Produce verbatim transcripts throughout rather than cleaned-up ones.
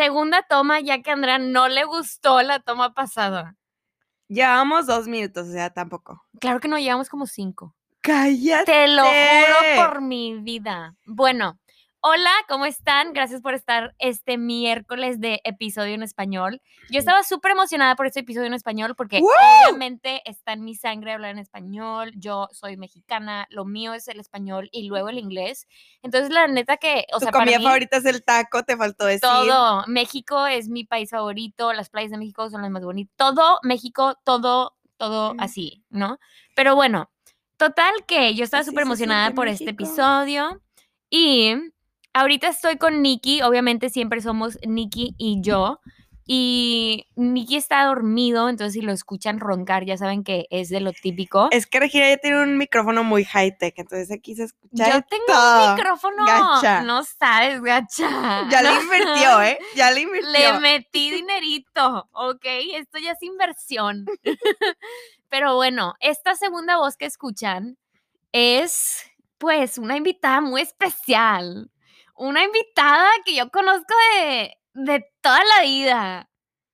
segunda toma, ya que a Andrea no le gustó la toma pasada. Llevamos dos minutos, o sea, tampoco. Claro que no, llevamos como cinco. ¡Cállate! Te lo juro por mi vida. Bueno, hola, ¿cómo están? Gracias por estar este miércoles de episodio en español. Yo estaba súper emocionada por este episodio en español porque ¡Woo! obviamente está en mi sangre hablar en español. Yo soy mexicana, lo mío es el español y luego el inglés. Entonces, la neta que, o Tu sea, comida para mí, favorita es el taco, te faltó decir. todo. México es mi país favorito, las playas de México son las más bonitas. Todo México, todo, todo así, ¿no? Pero bueno, total que yo estaba Así súper se emocionada siente por este México. episodio y ahorita estoy con Nikki, obviamente siempre somos Nikki y yo. Y Nikki está dormido, entonces si lo escuchan roncar ya saben que es de lo típico. Es que Regina ya tiene un micrófono muy high-tech, entonces aquí se escucha Yo de tengo todo. un micrófono, Gacha. no sabes, gacha. Ya No. le invirtió, ¿eh? Ya le invirtió. Le metí dinerito, ¿ok? Esto ya es inversión. Pero bueno, esta segunda voz que escuchan es, pues, una invitada muy especial. Una invitada que yo conozco de, de toda la vida.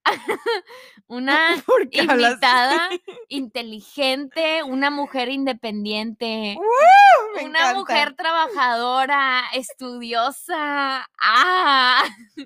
Una ¿Por qué hablas invitada así? inteligente, una mujer independiente. ¡Woo! Me Una encanta. mujer trabajadora, estudiosa. ¡Ah!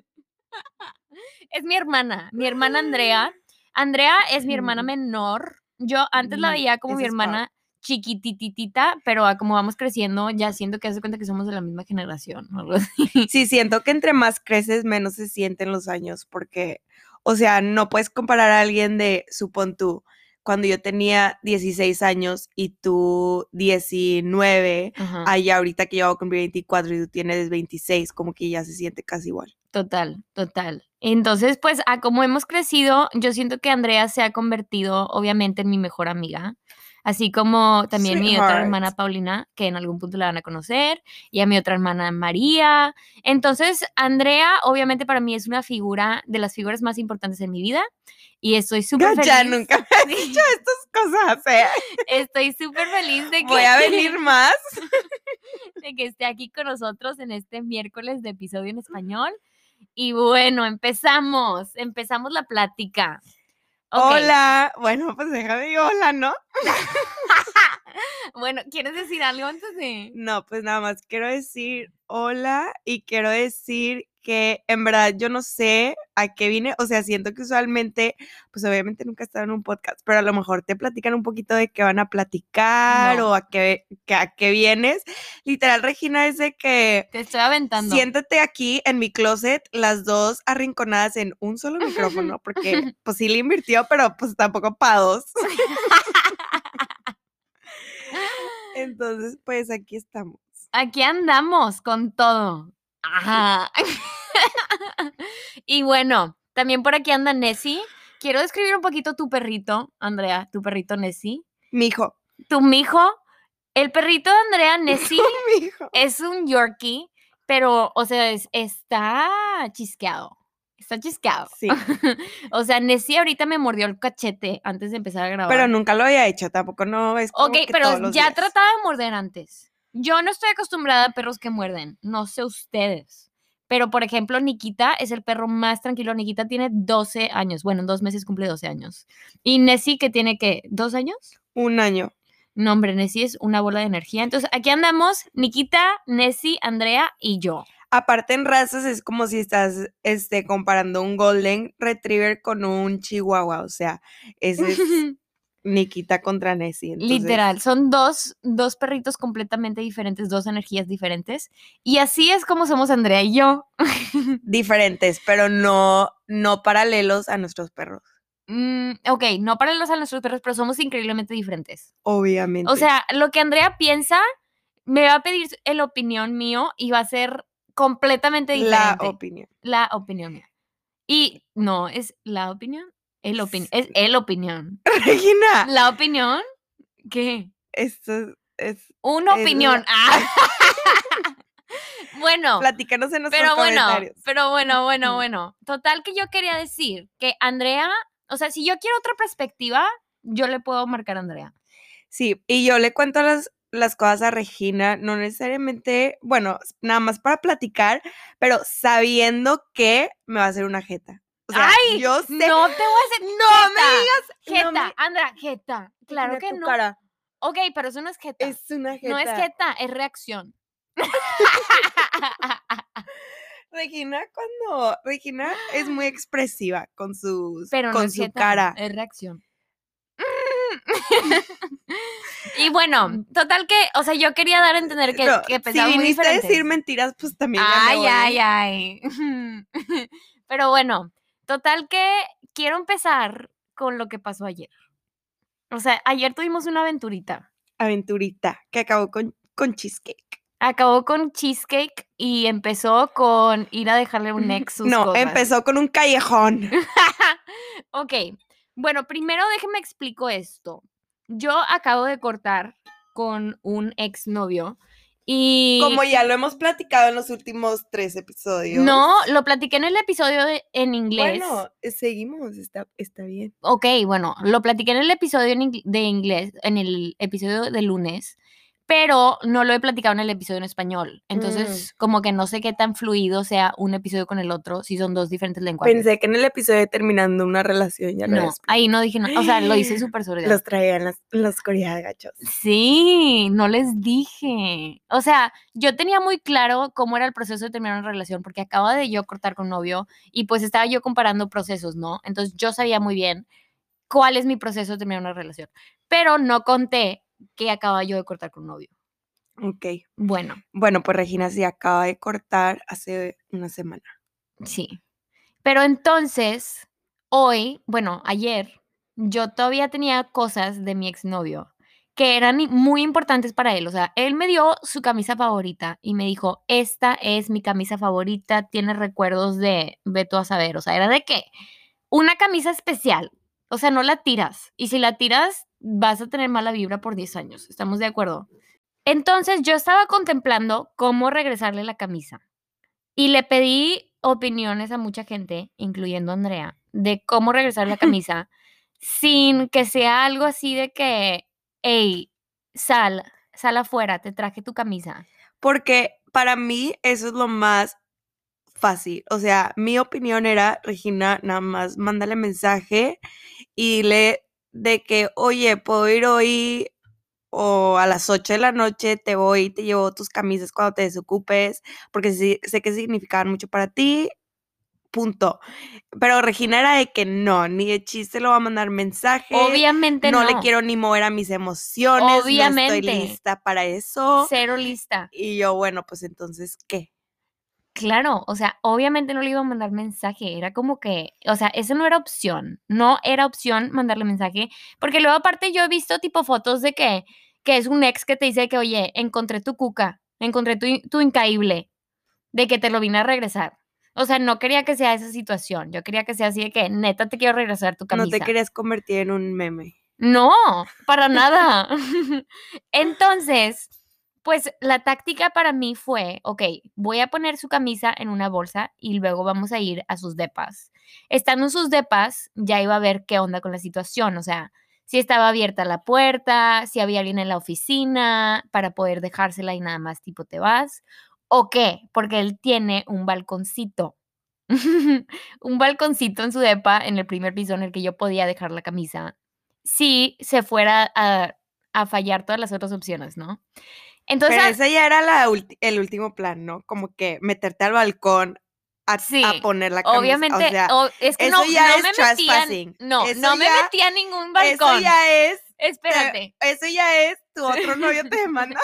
Es mi hermana, mi hermana Andrea. Andrea es mi hermana Mm. menor. Yo antes la Mm, veía como mi eso es hermana chiquitititita, pero a como vamos creciendo, ya siento que hace cuenta que somos de la misma generación, o algo así. Sí, siento que entre más creces, menos se sienten los años, porque, o sea, no puedes comparar a alguien de, supón tú, cuando yo tenía dieciséis años y tú diecinueve, Ajá, allá ahorita que yo voy a cumplir veinticuatro y tú tienes veintiséis, como que ya se siente casi igual. total, total. Entonces, pues, a como hemos crecido, yo siento que Andrea se ha convertido, obviamente, en mi mejor amiga. Así como también mi otra Sweetheart. hermana Paulina, que en algún punto la van a conocer, y a mi otra hermana María. Entonces, Andrea, obviamente, para mí es una figura de las figuras más importantes en mi vida. Y estoy súper Gacha, feliz. nunca me has dicho estas cosas, ¿eh? Estoy súper feliz de que, Voy a venir más. de que esté aquí con nosotros en este miércoles de episodio en español. Y bueno, empezamos, empezamos la plática. Ok. Hola. Bueno, pues déjame decir hola, ¿no? Bueno, ¿quieres decir algo antes de...? No, pues nada más quiero decir hola y quiero decir que en verdad yo no sé a qué vine, o sea, siento que usualmente, pues obviamente nunca he estado en un podcast, pero a lo mejor te platican un poquito de qué van a platicar No. o a qué, que a qué vienes. Literal, Regina, es de que Te estoy aventando. siéntate aquí en mi closet, las dos arrinconadas en un solo micrófono, porque pues sí le invirtió, pero pues tampoco para dos. Entonces, pues aquí estamos. Aquí andamos con todo. Ajá. Y bueno, también por aquí anda Nessie. Quiero describir un poquito tu perrito, Andrea, tu perrito Nessie. Mijo. Tu mijo. El perrito de Andrea, Nessie, Mijo. es un Yorkie, pero, o sea, es- está chisqueado. Está chisqueado. Sí. O sea, Nessie ahorita me mordió el cachete antes de empezar a grabar. Pero nunca lo había hecho, tampoco no es como Ok, que pero todos los ya días. trataba de morder antes. Yo no estoy acostumbrada a perros que muerden, no sé ustedes. Pero, por ejemplo, Nikita es el perro más tranquilo. Nikita tiene doce años. Bueno, en dos meses cumple doce años. Y Nessie, que tiene, ¿qué? ¿Dos años? Un año. No, hombre, Nessie es una bola de energía. Entonces, aquí andamos, Nikita, Nessie, Andrea y yo. Aparte en razas es como si estás este, comparando un Golden Retriever con un Chihuahua, o sea, ese es Nikita contra Nessie. Entonces... Literal, son dos, dos perritos completamente diferentes, dos energías diferentes. Y así es como somos Andrea y yo. Diferentes, pero no, no paralelos a nuestros perros. Mm, ok, no paralelos a nuestros perros, pero somos increíblemente diferentes. Obviamente. O sea, lo que Andrea piensa, me va a pedir el opinión mío y va a ser completamente diferente. La opinión. La opinión mía. Y no, es la opinión. El opinión. Es el opinión. Regina. ¿La opinión? ¿Qué? Esto es... Una es opinión. la- Ah. Bueno. Platícanos en nuestros Pero bueno, comentarios. pero bueno, bueno, bueno. Total que yo quería decir que Andrea, o sea, si yo quiero otra perspectiva, yo le puedo marcar a Andrea. Sí, y yo le cuento a las las cosas a Regina, no necesariamente, bueno, nada más para platicar, pero sabiendo que me va a hacer una jeta. O sea, ¡Ay! yo sé. No te voy a hacer. No jeta, me digas. Jeta, no me- Andrea, jeta. Claro Regina, que tu no. cara. Ok, pero eso no es jeta. Es una jeta. No es jeta, es reacción. Regina, cuando. Regina es muy expresiva con sus. Pero no con es su jeta, cara. es reacción. Y bueno, total que, o sea, yo quería dar a entender que, No, que si pensaban muy viniste a diferentes. decir mentiras, pues también ya me Ay, voy. ay, ay. Pero bueno, total que quiero empezar con lo que pasó ayer. O sea, ayer tuvimos una aventurita. Aventurita, que acabó con, con cheesecake. Acabó con cheesecake y empezó con ir a dejarle a un ex sus No, cosas. empezó con un callejón. Ok, bueno, primero déjeme explico esto. Yo acabo de cortar con un exnovio y... Como ya lo hemos platicado en los últimos tres episodios. No, lo platiqué en el episodio de- en inglés. Bueno, eh, seguimos, está, está bien. Ok, bueno, lo platiqué en el episodio en ing- de inglés, en el episodio de lunes, pero no lo he platicado en el episodio en español. Entonces, como que no sé qué tan fluido sea un episodio con el otro si son dos diferentes lenguajes. Pensé que en el episodio de terminando una relación ya lo No, habías ahí no dije nada. O sea, lo hice súper sordida. Los traían las, los coreanos gachos. Sí, no les dije. O sea, yo tenía muy claro cómo era el proceso de terminar una relación, porque acaba de yo cortar con un novio y pues estaba yo comparando procesos, ¿no? Entonces yo sabía muy bien cuál es mi proceso de terminar una relación, pero no conté que acaba yo de cortar con un novio. Ok. Bueno, Bueno, pues Regina sí acaba de cortar hace una semana. sí. Pero entonces, hoy, bueno, ayer, yo todavía tenía cosas de mi exnovio que eran i- muy importantes para él. O sea, él me dio su camisa favorita y me dijo, esta es mi camisa favorita, tiene recuerdos de, ve tú a saber. O sea, era de qué? Una camisa especial. O sea, no la tiras. Y si la tiras, vas a tener mala vibra por diez años. ¿Estamos de acuerdo? Entonces, yo estaba contemplando cómo regresarle la camisa. Y le pedí opiniones a mucha gente, incluyendo a Andrea, de cómo regresar la camisa sin que sea algo así de que, hey, sal, sal afuera, te traje tu camisa. Porque para mí eso es lo más fácil. O sea, mi opinión era, Regina, nada más mándale mensaje y dile de que, oye, puedo ir hoy o a las ocho de la noche, te voy y te llevo tus camisas cuando te desocupes, porque sí, sé que significaban mucho para ti, punto. Pero Regina era de que no, ni de chiste lo va a mandar mensaje. Obviamente no. no. le quiero ni mover a mis emociones. No Obviamente. estoy lista para eso. Cero lista. Y yo, bueno, pues entonces, ¿qué? Claro, o sea, obviamente no le iba a mandar mensaje, era como que, o sea, eso no era opción, no era opción mandarle mensaje, porque luego aparte yo he visto tipo fotos de que, que es un ex que te dice que, oye, encontré tu cuca, encontré tu, tu incaíble, de que te lo vine a regresar. O sea, no quería que sea esa situación, yo quería que sea así de que, neta, te quiero regresar tu camisa. No te querías convertir en un meme. No, para nada. Entonces, pues la táctica para mí fue, ok, voy a poner su camisa en una bolsa y luego vamos a ir a sus depas. Estando en sus depas, ya iba a ver qué onda con la situación, o sea, si estaba abierta la puerta, si había alguien en la oficina para poder dejársela y nada más tipo te vas, o qué, porque él tiene un balconcito. Un balconcito en su depa, en el primer piso en el que yo podía dejar la camisa, si se fuera a, a fallar todas las otras opciones, ¿no? Entonces, Pero ese ya era la ulti- el último plan, ¿no? Como que meterte al balcón a, sí, a poner la camisa. obviamente, O sea, o- es que eso no, ya no es me metía, trespassing. no, Eso no me ya- metía a ningún Eso balcón. ya es. Espérate. te- eso ya es tu otro novio te demanda.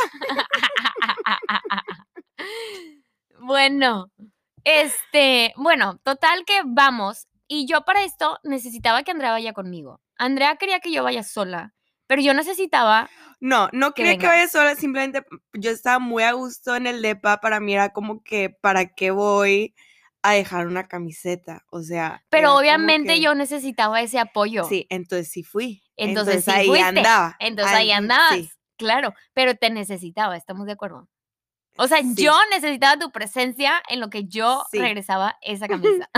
Bueno, este, bueno, total que vamos. Y yo para esto necesitaba que Andrea vaya conmigo. Andrea quería que yo vaya sola, pero yo necesitaba. No, no Que quería que venga. vaya sola, simplemente yo estaba muy a gusto en el depa, para mí era como que, ¿para qué voy a dejar una camiseta? O sea, Pero era como obviamente que- yo necesitaba ese apoyo. Sí, entonces sí fui. Entonces, sí ahí fuiste. andaba. Entonces ahí An- andabas. sí. Claro, pero te necesitaba, ¿estamos de acuerdo? O sea, Sí. yo necesitaba tu presencia en lo que yo Sí. regresaba esa camisa.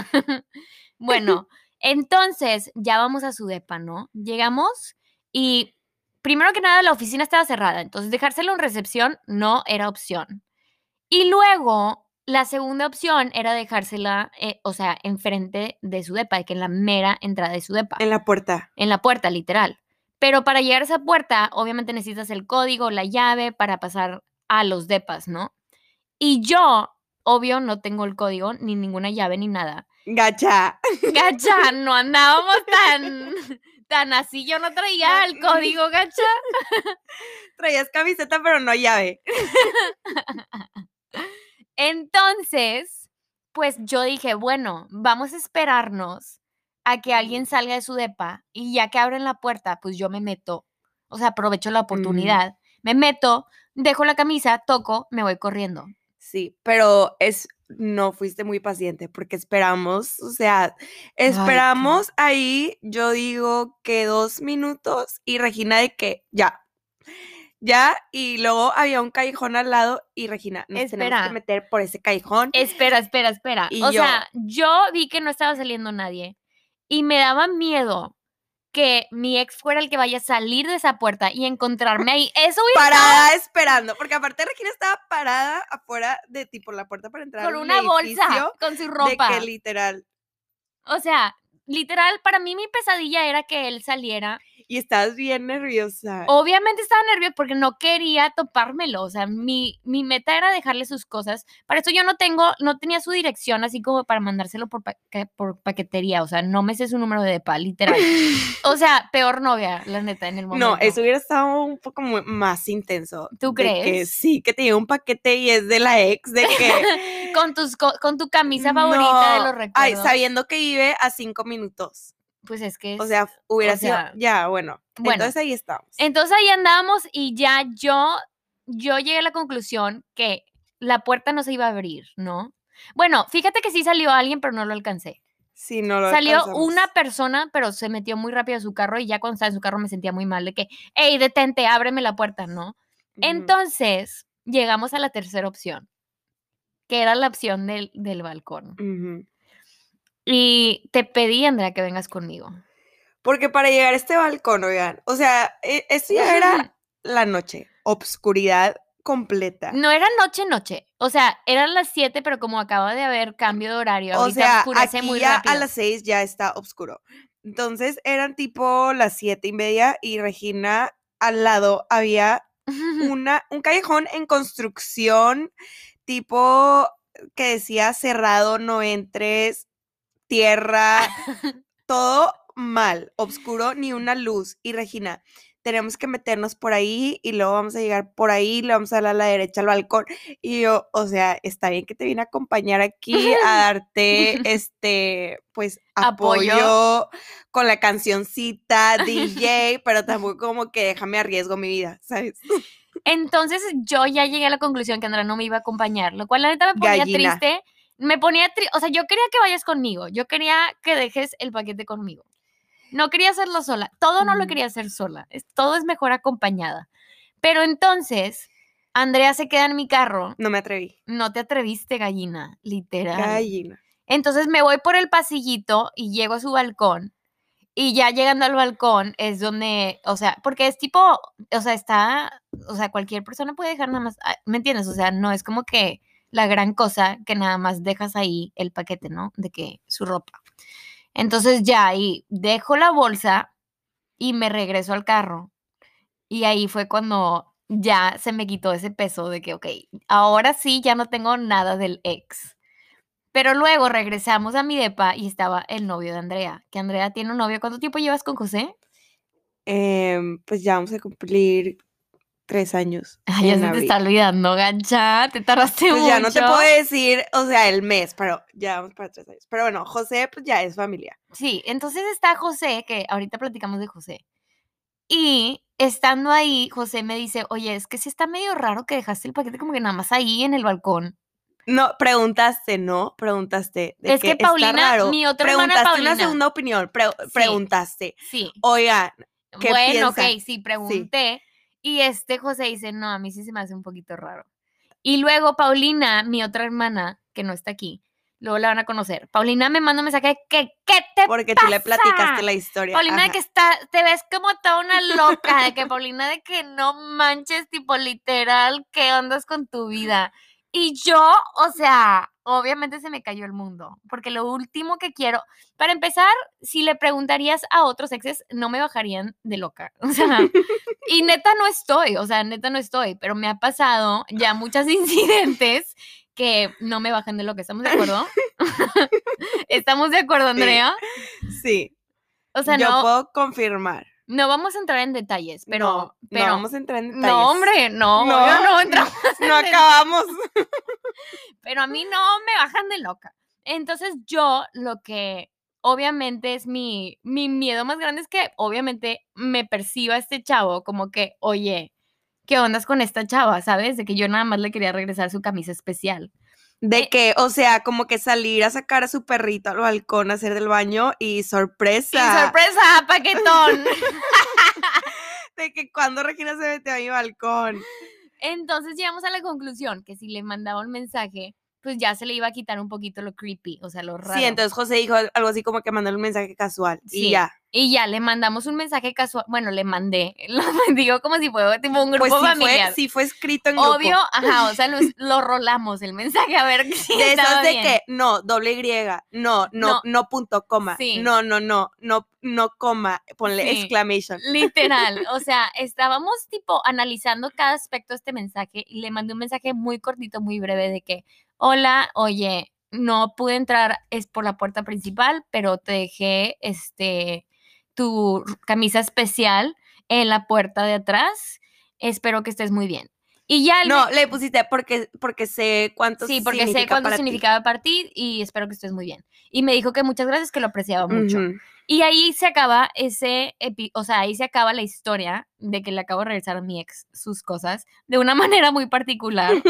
Bueno, entonces ya vamos a su depa, ¿no? Llegamos y primero que nada, la oficina estaba cerrada, entonces dejárselo en recepción no era opción. Y luego, la segunda opción era dejársela, eh, o sea, enfrente de su depa, de que en la mera entrada de su depa. En la puerta. En la puerta, literal. Pero para llegar a esa puerta, obviamente necesitas el código, la llave para pasar a los depas, ¿no? Y yo, obvio, no tengo el código, ni ninguna llave, ni nada. Gacha. Gacha, no andábamos tan, tan así. Yo no traía el código, gacha. Traías camiseta, pero no llave. Entonces, pues yo dije, bueno, vamos a esperarnos a que alguien salga de su depa y ya que abren la puerta, pues yo me meto. O sea, aprovecho la oportunidad. Mm. Me meto, dejo la camisa, toco, me voy corriendo. Sí, pero es no fuiste muy paciente porque esperamos, o sea, esperamos Ay, ahí, yo digo que dos minutos y Regina de que ya, ya, y luego había un callejón al lado y Regina, nos espera. tenemos que meter por ese callejón. Espera, espera, espera. Y o yo, sea, yo vi que no estaba saliendo nadie y me daba miedo que mi ex fuera el que vaya a salir de esa puerta y encontrarme ahí. Eso hubiera Parada estado... esperando, porque aparte Regina estaba parada afuera de ti por la puerta para entrar con a un una bolsa, con su ropa. De que literal. O sea, literal, para mí mi pesadilla era que él saliera. Y estabas bien nerviosa. Obviamente estaba nerviosa porque no quería topármelo. O sea, mi, mi meta era dejarle sus cosas. Para eso yo no tengo, no tenía su dirección así como para mandárselo por, pa por paquetería. O sea, no me sé su número de depa, literal. O sea, peor novia, la neta, en el momento. No, eso hubiera estado un poco muy, más intenso. ¿Tú crees? Que sí, que te llega un paquete y es de la ex, de que... con, tus, con, con tu camisa favorita no, de los recuerdos. Ay, sabiendo que vive a cinco minutos. Pues es que es, o sea, hubiera o sido, sea, ya, bueno, bueno, entonces ahí estamos. Entonces ahí andamos y ya yo, yo llegué a la conclusión que la puerta no se iba a abrir, ¿no? Bueno, fíjate que sí salió alguien, pero no lo alcancé. Sí, no lo Salió alcanzamos. una persona, pero se metió muy rápido a su carro y ya cuando estaba en su carro me sentía muy mal de que, hey, detente, ábreme la puerta, ¿no? Uh-huh. Entonces, llegamos a la tercera opción, que era la opción del, del balcón. Uh-huh. Y te pedí, Andrea, que vengas conmigo. Porque para llegar a este balcón, oigan, o sea, esto ya era la noche, obscuridad completa. No era noche, noche. O sea, eran las siete, pero como acaba de haber cambio de horario, o ahorita sea, oscurece aquí muy ya rápido. A las seis ya está oscuro. Entonces eran tipo las siete y media y Regina al lado había una, un callejón en construcción tipo que decía cerrado, no entres, tierra, todo mal, oscuro, ni una luz. Y Regina, tenemos que meternos por ahí y luego vamos a llegar por ahí, le vamos a dar a la derecha al balcón. Y yo, o sea, está bien que te vine a acompañar aquí a darte, este, pues, apoyo, apoyo con la cancioncita, D J, pero tampoco como que déjame arriesgo mi vida, ¿sabes? Entonces yo ya llegué a la conclusión que Andrea no me iba a acompañar, lo cual la neta me ponía Gallina. triste. Me ponía triste, o sea, yo quería que vayas conmigo, yo quería que dejes el paquete conmigo. No quería hacerlo sola, todo no lo quería hacer sola, todo es mejor acompañada. Pero entonces, Andrea se queda en mi carro. No me atreví. No te atreviste, gallina, literal. Gallina. Entonces me voy por el pasillito y llego a su balcón. Y ya llegando al balcón es donde, o sea, porque es tipo, o sea, está, o sea, cualquier persona puede dejar nada más, ¿me entiendes? O sea, no es como que la gran cosa que nada más dejas ahí el paquete, ¿no? De que su ropa. Entonces ya ahí dejo la bolsa y me regreso al carro. Y ahí fue cuando ya se me quitó ese peso de que, ok, ahora sí ya no tengo nada del ex. Pero luego regresamos a mi depa y estaba el novio de Andrea, que Andrea tiene un novio. ¿Cuánto tiempo llevas con José? Eh, pues ya vamos a cumplir tres años. Ay, ya se abril. Te está olvidando, gancha, te tardaste pues mucho. Ya no te puedo decir, o sea, el mes, pero ya vamos para tres años. Pero bueno, José pues ya es familia. Sí, entonces está José, que ahorita platicamos de José. Y estando ahí, José me dice, oye, es que sí está medio raro que dejaste el paquete como que nada más ahí en el balcón. No, preguntaste, ¿no? Preguntaste. De es que, que Paulina, está raro. mi otra preguntaste hermana Paulina. Una segunda opinión, pre sí, preguntaste. Sí. Oigan, ¿qué Bueno, piensan? ok, sí, pregunté. Sí. Y este José dice, no, a mí sí se me hace un poquito raro. Y luego Paulina, mi otra hermana, que no está aquí, Luego la van a conocer. Paulina me manda un mensaje de que, ¿qué te Porque pasa? tú le platicaste la historia. Paulina Ajá. de que está, te ves como toda una loca, de que Paulina de que no manches, tipo literal, ¿qué ondas con tu vida? Y yo, o sea, obviamente se me cayó el mundo, porque lo último que quiero, para empezar, si le preguntarías a otros exes, no me bajarían de loca, o sea, y neta no estoy, o sea, neta no estoy, pero me ha pasado ya muchos incidentes que no me bajan de loca, ¿estamos de acuerdo? ¿Estamos de acuerdo, Andrea? Sí. O sea, Yo no, puedo confirmar. no vamos a entrar en detalles, pero, no, pero no vamos a entrar en detalles. no, hombre, no, No, obvio no entramos en no detalles. acabamos. Pero a mí no me bajan de loca. Entonces yo lo que obviamente es mi, mi miedo más grande es que obviamente me perciba este chavo como que, oye, ¿qué ondas con esta chava? ¿Sabes? De que yo nada más le quería regresar su camisa especial. De Eh, que, o sea, como que salir a sacar a su perrito al balcón a hacer del baño y sorpresa. Y sorpresa, paquetón. De que cuando Regina se metió a mi balcón. Entonces llegamos a la conclusión que si le mandaba un mensaje, pues ya se le iba a quitar un poquito lo creepy, o sea, lo raro. Sí, entonces José dijo algo así como que mandó un mensaje casual. Sí, y ya. Y ya, le mandamos un mensaje casual. Bueno, le mandé. Lo digo como si fuera tipo un grupo Pues sí familiar. fue, sí fue escrito en grupo. Obvio, ajá, o sea, lo, lo rolamos el mensaje a ver si De estaba esas de bien. que, no, doble Y, no, no, No. no, punto, coma, Sí. no, no, no, no, no, coma, ponle Sí. exclamation. Literal, o sea, estábamos tipo analizando cada aspecto de este mensaje y le mandé un mensaje muy cortito, muy breve de que, hola, oye, no pude entrar, es por la puerta principal, pero te dejé, este, tu camisa especial en la puerta de atrás, espero que estés muy bien. Y ya No, me... le pusiste porque, porque sé cuánto Sí, porque significa sé cuánto para significaba para ti y espero que estés muy bien. Y me dijo que muchas gracias, que lo apreciaba ti. mucho. Uh-huh. Y ahí se acaba ese, epi- o sea, ahí se acaba la historia de que le acabo de regresar a mi ex sus cosas de una manera muy particular.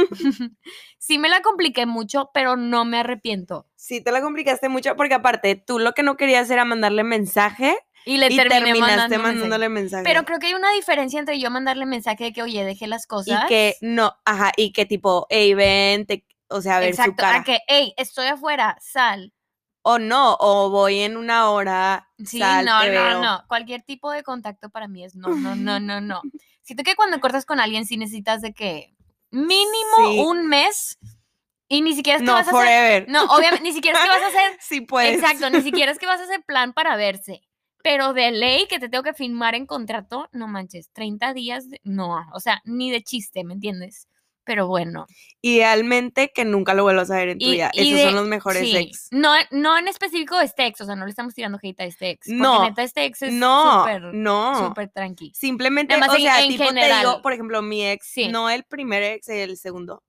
Sí me la compliqué mucho, pero no me arrepiento. Sí, te la complicaste mucho porque aparte tú lo que no querías era mandarle mensaje Y le y terminé terminaste mandando mandándole mensaje. mensaje. Pero creo que hay una diferencia entre yo mandarle mensaje de que, oye, dejé las cosas. Y que no, ajá, y que tipo, hey, ven, te, o sea, a ver Exacto, su cara. a que, hey, estoy afuera, sal. O no, o voy en una hora, Sí, sal, no, te no, veo. no. Cualquier tipo de contacto para mí es no, no, no, no, no. Siento que cuando cortas con alguien sí necesitas de que mínimo Sí. un mes y ni siquiera es que No, vas a forever. hacer. No, obviamente, ni siquiera es que vas a hacer. Sí, pues. Exacto, ni siquiera es que vas a hacer plan para verse. Pero de ley que te tengo que firmar en contrato, no manches, treinta días, de- no, o sea, ni de chiste, ¿me entiendes? Pero bueno. Idealmente que nunca lo vuelvas a ver en tu Y, vida. y Esos de- son los mejores sí, ex. No, no en específico este ex, o sea, no le estamos tirando hate a este ex. No, Porque neta este ex es no, súper, no. súper tranqui. Simplemente, Nada más o en- sea, en tipo te general. digo, por ejemplo, mi ex, Sí. no el primer ex, el segundo.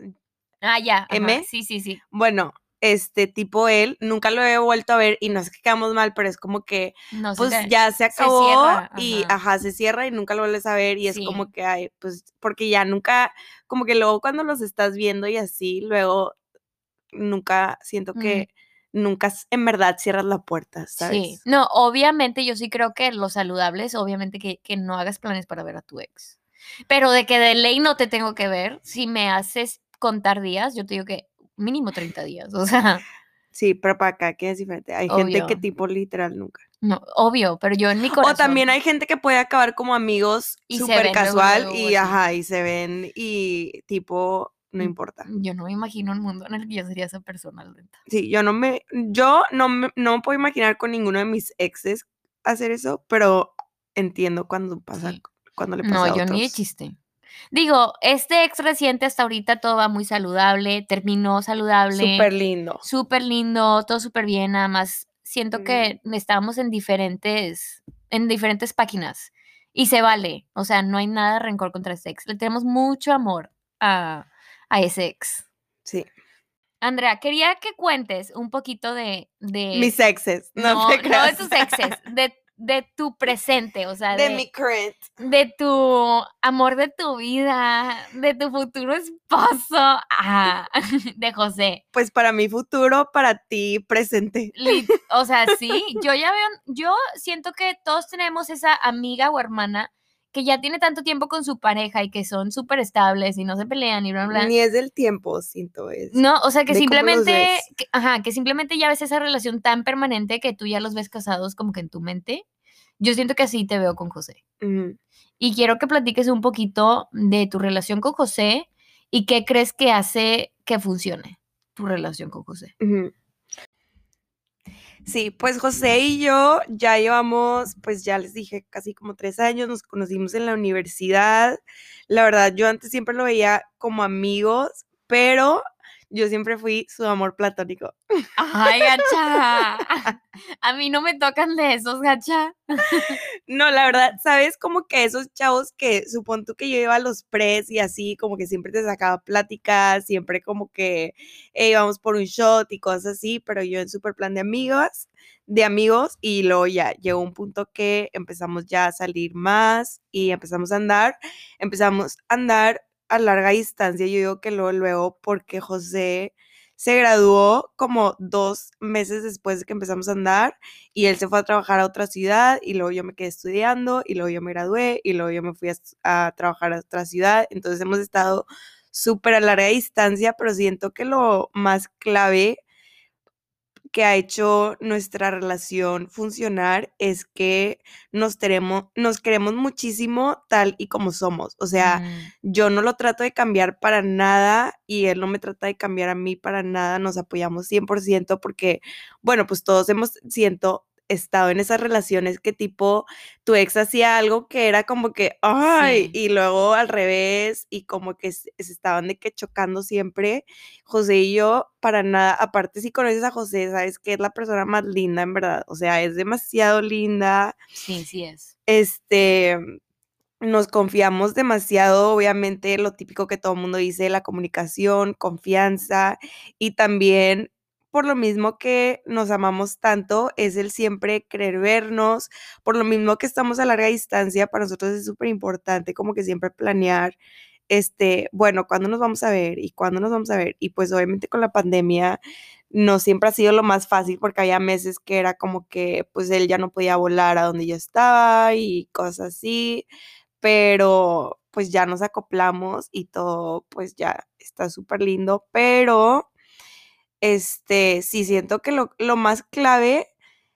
Ah, ya, ajá, M. sí, sí, sí. Bueno, este tipo él, nunca lo he vuelto a ver y no es que quedamos mal, pero es como que, No sé, pues se- ya se se acabó cierra, y, ajá. ajá, se cierra y nunca lo vuelves a ver y es Sí. como que, ay, pues, porque ya nunca, como que luego cuando los estás viendo y así, luego nunca, siento Ujú. que nunca s- en verdad cierras la puerta, Sí. ¿sabes? No, obviamente yo sí creo que lo saludable es obviamente que, que no hagas planes para ver a tu ex. Pero de que de ley no te tengo que ver, si me haces contar días, yo te digo que mínimo treinta días, o sea, Sí, pero para acá que es diferente. Hay gente que obvio. tipo literal nunca. No, obvio, pero yo en mi corazón. O también hay gente que puede acabar como amigos Y se súper ven luego, casual luego, y así. ajá, y se ven y tipo, no Mm, importa. Yo no me imagino un mundo en el que yo sería esa persona, la neta. Sí, yo no me, yo no me, no me puedo imaginar con ninguno de mis exes hacer eso, pero entiendo cuando pasa, Sí. cuando le pasa No, a yo ni de otros. chiste. Digo, este ex reciente hasta ahorita todo va muy saludable, terminó saludable. Súper lindo. Súper lindo, todo súper bien, nada más siento que estábamos en diferentes, en diferentes páginas y se vale, o sea, no hay nada de rencor contra ese ex, le tenemos mucho amor a, a ese ex. Sí. Andrea, quería que cuentes un poquito de... de Mis exes, no, no, te no de creas. tus exes, de, de tu presente, o sea, De de, mi current. de tu amor de tu vida, de tu futuro esposo, ah, de José. Pues para mi futuro, para ti presente. Lit- o sea, sí, yo ya veo, yo siento que todos tenemos esa amiga o hermana que ya tiene tanto tiempo con su pareja y que son súper estables y no se pelean y bla, bla, bla. Ni es del tiempo, siento es. No, o sea, que de cómo los simplemente, ves. que- ajá, que simplemente ya ves esa relación tan permanente que tú ya los ves casados como que en tu mente. Yo siento que así te veo con José. Ujú. Y quiero que platiques un poquito de tu relación con José y qué crees que hace que funcione tu relación con José. Ujú. Sí, pues José y yo ya llevamos, pues ya les dije, casi como tres años, nos conocimos en la universidad. La verdad, yo antes siempre lo veía como amigos, pero yo siempre fui su amor platónico. Ay, gacha. A mí no me tocan de esos, gacha. No, la verdad, ¿sabes? Como que esos chavos que supón tú que yo iba a los pres y así, como que siempre te sacaba pláticas, siempre como que eh, íbamos por un shot y cosas así, pero yo en súper plan de amigas, de amigos, y luego ya llegó un punto que empezamos ya a salir más y empezamos a andar, empezamos a andar a larga distancia, yo digo que luego, luego, porque José se graduó como dos meses después de que empezamos a andar y él se fue a trabajar a otra ciudad y luego yo me quedé estudiando y luego yo me gradué y luego yo me fui a, a trabajar a otra ciudad. Entonces hemos estado súper a larga distancia, pero siento que lo más clave que ha hecho nuestra relación funcionar es que nos queremos, nos queremos muchísimo tal y como somos. O sea, Mm, yo no lo trato de cambiar para nada y él no me trata de cambiar a mí para nada. Nos apoyamos cien por ciento porque, bueno, pues todos hemos, siento, estado en esas relaciones que tipo tu ex hacía algo que era como que, ay, sí. y luego al revés y como que se, se estaban de que chocando siempre. José y yo, para nada, aparte si conoces a José, sabes que es la persona más linda, en verdad, o sea, es demasiado linda, Sí, sí es. este, nos confiamos demasiado, obviamente, lo típico que todo el mundo dice, la comunicación, confianza, y también, por lo mismo que nos amamos tanto, es el siempre querer vernos, por lo mismo que estamos a larga distancia, para nosotros es súper importante como que siempre planear este, bueno, ¿cuándo nos vamos a ver? ¿Y cuándo nos vamos a ver? Y pues obviamente con la pandemia no siempre ha sido lo más fácil porque había meses que era como que pues él ya no podía volar a donde yo estaba y cosas así, pero pues ya nos acoplamos y todo pues ya está súper lindo, pero este, sí siento que lo, lo más clave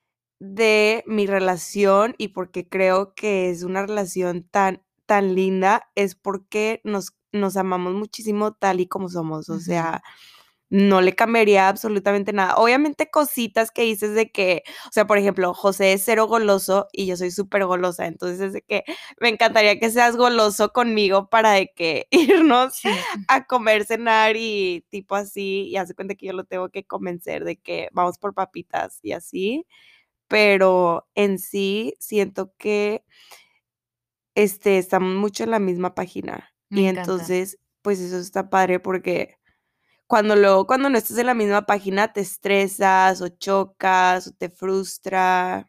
de mi relación y porque creo que es una relación tan, tan linda es porque nos, nos amamos muchísimo tal y como somos. O Ujú. sea, no le cambiaría absolutamente nada. Obviamente cositas que dices de que, o sea, por ejemplo, José es cero goloso y yo soy súper golosa. Entonces es de que me encantaría que seas goloso conmigo para de que irnos Sí. a comer, cenar y tipo así. Y hace cuenta que yo lo tengo que convencer de que vamos por papitas y así, pero en sí siento que este, estamos mucho en la misma página. Me Y encanta. entonces, pues eso está padre porque cuando luego, cuando no estás en la misma página, te estresas o chocas o te frustra.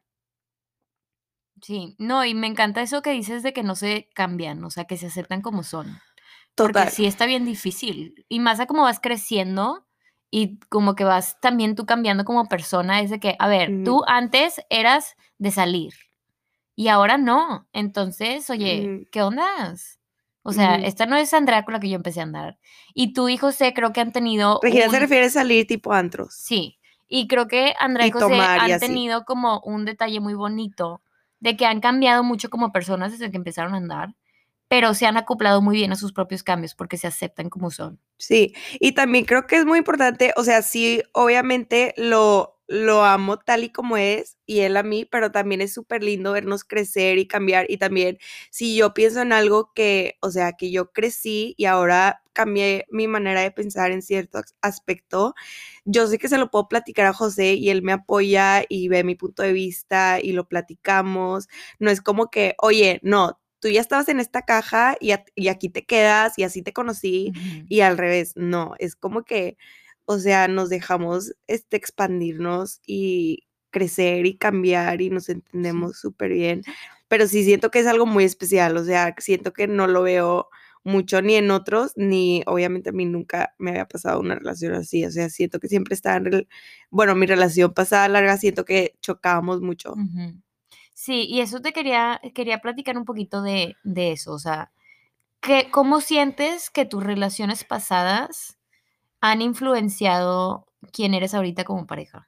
Sí, no, y me encanta eso que dices de que no se cambian, o sea, que se aceptan como son, porque Total. sí está bien difícil, y más a como vas creciendo y como que vas también tú cambiando como persona, es de que, a ver, Ujú, tú antes eras de salir y ahora no, entonces, oye, ujú, ¿qué ondas? O sea, ujú. esta no es Andrea con la que yo empecé a andar. Y tú y José creo que han tenido Regina se un, refiere a salir tipo antros sí, y creo que Andrea y y José tomar y han así. tenido como un detalle muy bonito de que han cambiado mucho como personas desde que empezaron a andar, pero se han acoplado muy bien a sus propios cambios porque se aceptan como son. Sí, y también creo que es muy importante, o sea, sí, obviamente lo, lo amo tal y como es, y él a mí, pero también es súper lindo vernos crecer y cambiar, y también si yo pienso en algo que, o sea, que yo crecí y ahora cambié mi manera de pensar en cierto as- aspecto, yo sé que se lo puedo platicar a José y él me apoya y ve mi punto de vista y lo platicamos, no es como que, oye, no. Tú ya estabas en esta caja y, a- y aquí te quedas y así te conocí Ujú. y al revés, no, es como que, o sea, nos dejamos este, expandirnos y crecer y cambiar y nos Sí. entendemos súper bien, pero sí siento que es algo muy especial, o sea, siento que no lo veo mucho ni en otros, ni obviamente a mí nunca me había pasado una relación así, o sea, siento que siempre estaba en, rel- bueno, mi relación pasada larga, siento que chocábamos mucho. Ujú. Sí, y eso te quería, quería platicar un poquito de, de eso, o sea, que, ¿cómo sientes que tus relaciones pasadas han influenciado quién eres ahorita como pareja?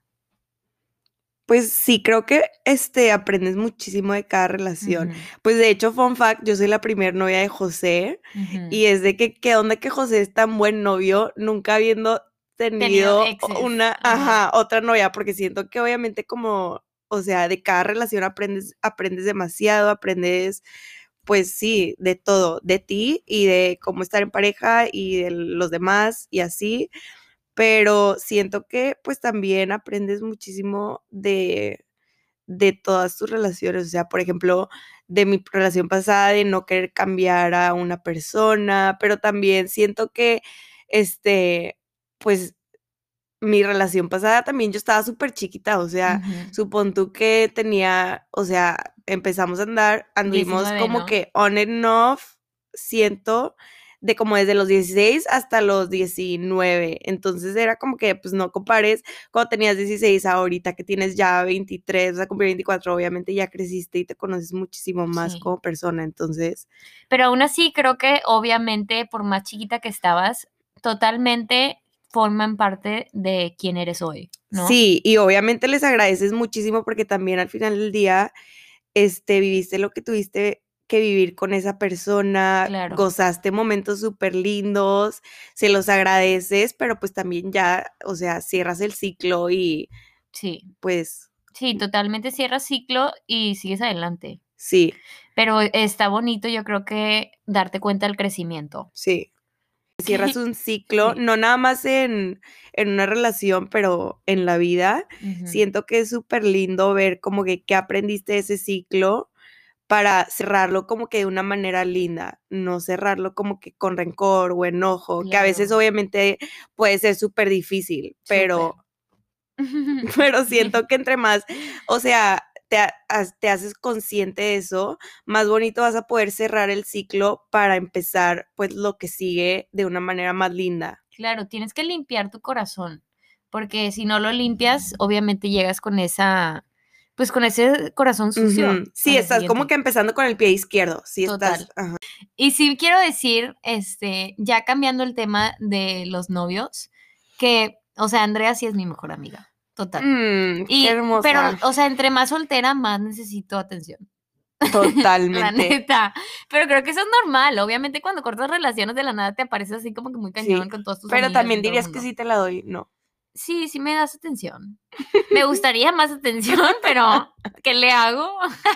Pues sí, creo que, este, aprendes muchísimo de cada relación. Ujú, Pues, de hecho, fun fact, yo soy la primer novia de José, ujú. y es de que, ¿qué onda que José es tan buen novio, nunca habiendo Tenido tenido o exes, una ajá. ajá, otra novia? Porque siento que obviamente como, o sea, de cada relación aprendes aprendes demasiado, aprendes, pues sí, de todo, de ti y de cómo estar en pareja y de los demás y así. Pero siento que, pues, también aprendes muchísimo de de todas tus relaciones, o sea, por ejemplo, de mi relación pasada, de no querer cambiar a una persona, pero también siento que, este, pues, mi relación pasada también yo estaba súper chiquita, o sea, Ujú. supón tú que tenía, o sea, empezamos a andar, anduvimos diecinueve, como ¿no? que on and off, siento, de como desde los dieciséis hasta los diecinueve. Entonces era como que, pues no compares cuando tenías dieciséis ahorita que tienes ya veintitrés, vas a cumplir veinticuatro, obviamente ya creciste y te conoces muchísimo más Sí. como persona. Entonces, Pero aún así creo que obviamente por más chiquita que estabas, totalmente forman parte de quién eres hoy, ¿no? sí, y obviamente les agradeces muchísimo porque también al final del día este, viviste lo que tuviste que vivir con esa persona, Claro, gozaste momentos súper lindos, se los agradeces, pero pues también ya, o sea, cierras el ciclo y sí. pues Sí, totalmente cierras ciclo y sigues adelante. sí, Pero está bonito, yo creo que darte cuenta del crecimiento. sí. Cierras un ciclo, Sí. no nada más en, en una relación, pero en la vida. Ujú. Siento que es súper lindo ver como que qué aprendiste de ese ciclo para cerrarlo como que de una manera linda, no cerrarlo como que con rencor o enojo, que a veces Claro, obviamente puede ser súper difícil, súper. pero pero siento que entre más, o sea, te ha has te haces consciente de eso, más bonito vas a poder cerrar el ciclo para empezar, pues, lo que sigue de una manera más linda. Claro, tienes que limpiar tu corazón, porque si no lo limpias, obviamente llegas con esa, pues, con ese corazón sucio Ujú. Sí, al día estás como siguiente. que empezando con el pie izquierdo, sí estás Total. ajá. Y sí quiero decir, este, ya cambiando el tema de los novios, que, o sea, Andrea sí es mi mejor amiga, total. Mm, qué Y, pero, hermosa. o sea, entre más soltera, más necesito atención. La Totalmente. neta. Pero creo que eso es normal. Obviamente, cuando cortas relaciones de la nada te apareces así como que muy cañón Sí, con todas tus pero amigas y también con todo el dirías que mundo. sí te la doy, ¿no? Sí, sí me das atención. Me gustaría más atención, pero ¿qué le hago?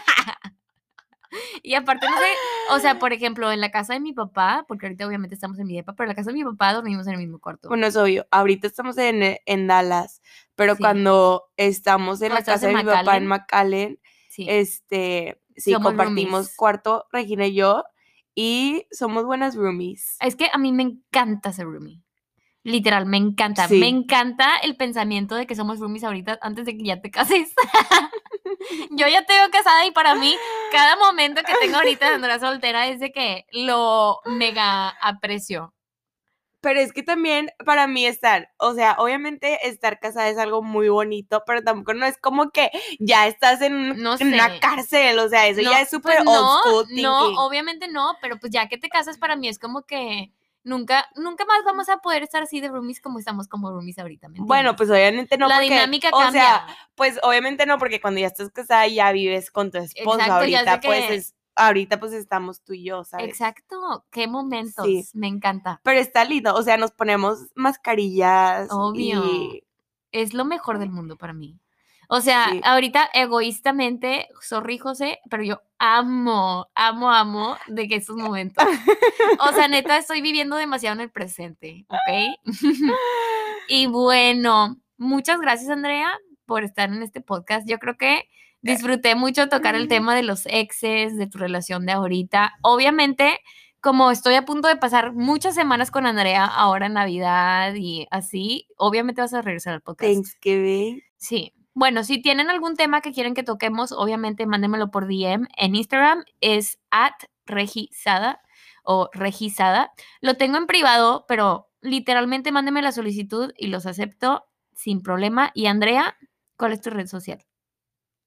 Y aparte, no sé, o sea, por ejemplo, en la casa de mi papá, porque ahorita obviamente estamos en mi depa, pero en la casa de mi papá dormimos en el mismo cuarto. Bueno, es obvio, ahorita estamos en, eh, en Dallas, pero Sí. cuando estamos en Cuando la estabas casa en de mi papá en McAllen, McAllen, sí, este, sí, somos compartimos roomies. cuarto, Regina y yo, y somos buenas roomies. Es que a mí me encanta ser roomie. Literal, me encanta. Me Sí. encanta el pensamiento de que somos roomies ahorita antes de que ya te cases. Yo ya te veo casada y para mí cada momento que tengo ahorita de andar soltera es de que lo mega aprecio. Pero es que también para mí estar, o sea, obviamente estar casada es algo muy bonito, pero tampoco no es como que ya estás en, un- No en una sé. cárcel, o sea, eso No, ya es pues súper old no, school no, thinking. obviamente no, pero pues ya que te casas para mí es como que nunca, nunca más vamos a poder estar así de roomies como estamos como roomies ahorita, ¿me Bueno, entiendes? pues obviamente no, La porque, dinámica o sea, cambia. pues obviamente no, porque cuando ya estás casada ya vives con tu esposo. Exacto, ya sé Ahorita, pues que, es, ahorita pues estamos tú y yo, ¿sabes? exacto, qué Sí, momentos, me encanta. pero está lindo, o sea, nos ponemos mascarillas Obvio, y es lo mejor del mundo para mí. O sea, sí. ahorita egoístamente, sorry José, pero yo amo, amo, amo de que estos momentos. O sea, neta, estoy viviendo demasiado en el presente, ¿ok? Y bueno, muchas gracias, Andrea, por estar en este podcast. Yo creo que disfruté mucho tocar el tema de los exes, de tu relación de ahorita. Obviamente, como estoy a punto de pasar muchas semanas con Andrea ahora en Navidad y así, obviamente vas a regresar al podcast. Thanksgiving. Sí. Bueno, si tienen algún tema que quieren que toquemos, obviamente mándenmelo por D M. En Instagram es at regisada o regisada. Lo tengo en privado, pero literalmente mándenme la solicitud y los acepto sin problema. Y Andrea, ¿cuál es tu red social?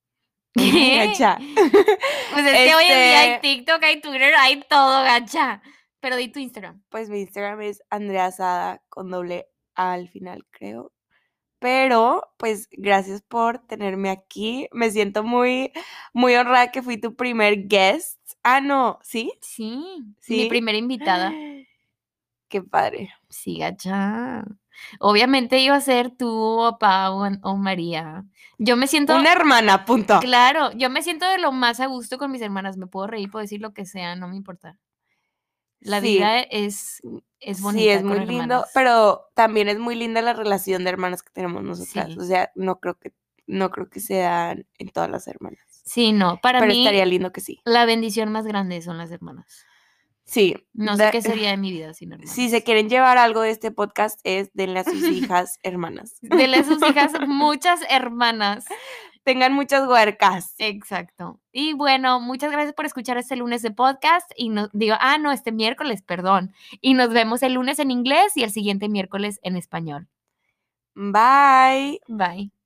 ¿Qué? Gacha. Pues es que hoy en día hay Este, TikTok, hay Twitter, hay todo, gacha. Pero di tu Instagram. Pues mi Instagram es Andrea Sada con doble A al final, creo. Pero, pues, gracias por tenerme aquí. Me siento muy, muy honrada que fui tu primer guest. Ah, no, ¿sí? Sí, mi ¿Sí? primera invitada. Qué padre. Sí, gacha. Obviamente iba a ser tú o Pau o, o María. Yo me siento, Una hermana, punto. claro, yo me siento de lo más a gusto con mis hermanas. Me puedo reír, puedo decir lo que sea, no me importa. La Sí, vida es, es sí, bonita es muy con lindo, hermanas. pero también es muy linda la relación de hermanas que tenemos nosotras. Sí. O sea, no creo que, no creo que sean en todas las hermanas. Sí, no, para Pero mí estaría lindo que sí. la bendición más grande son las hermanas. Sí. No sé da- qué sería de mi vida sin hermanas. Si se quieren llevar algo de este podcast, es denle a sus hijas hermanas. Denle a sus hijas muchas hermanas. Tengan muchas huercas. Exacto. Y bueno, muchas gracias por escuchar este lunes de podcast. Y nos digo, ah, no, este miércoles, perdón. Y nos vemos el lunes en inglés y el siguiente miércoles en español. Bye. Bye.